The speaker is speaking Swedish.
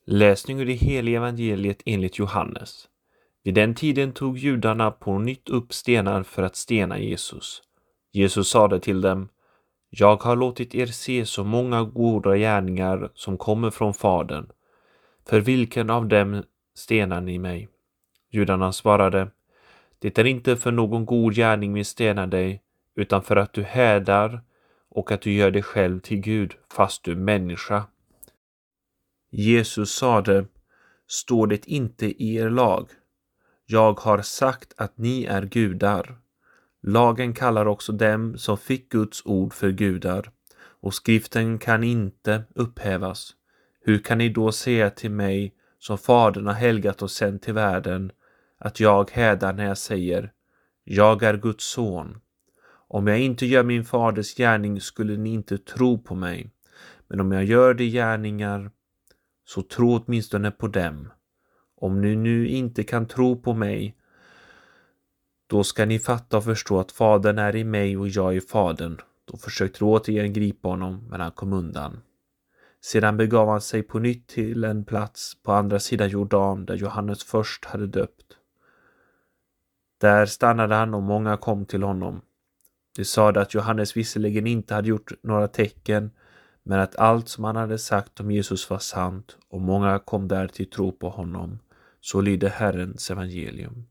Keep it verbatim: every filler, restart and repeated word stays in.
Läsning ur det heliga evangeliet enligt Johannes. Vid den tiden tog judarna på nytt upp stenar för att stena Jesus. Jesus sade till dem: Jag har låtit er se så många goda gärningar som kommer från Fadern. För vilken av dem stenar ni mig? Judarna svarade: Det är inte för någon god gärning vi stenar dig, utan för att du hädar och att du gör dig själv till Gud, fast du är människa. Jesus sade: Står det inte i er lag? Jag har sagt att ni är gudar. Lagen kallar också dem som fick Guds ord för gudar, och skriften kan inte upphävas. Hur kan ni då säga till mig, som Fadern har helgat och sänt till världen, att jag hädar när jag säger: Jag är Guds son? Om jag inte gör min faders gärning skulle ni inte tro på mig, men om jag gör de gärningar, så tro åtminstone på dem. Om ni nu inte kan tro på mig, då ska ni fatta och förstå att Fadern är i mig och jag i Fadern. Då försökte de återigen gripa honom, men han kom undan. Sedan begav han sig på nytt till en plats på andra sidan Jordan, där Johannes först hade döpt. Där stannade han och många kom till honom. De sade att Johannes visserligen inte hade gjort några tecken, men att allt som han hade sagt om Jesus var sant, och många kom där till tro på honom. Så lyder Herrens evangelium.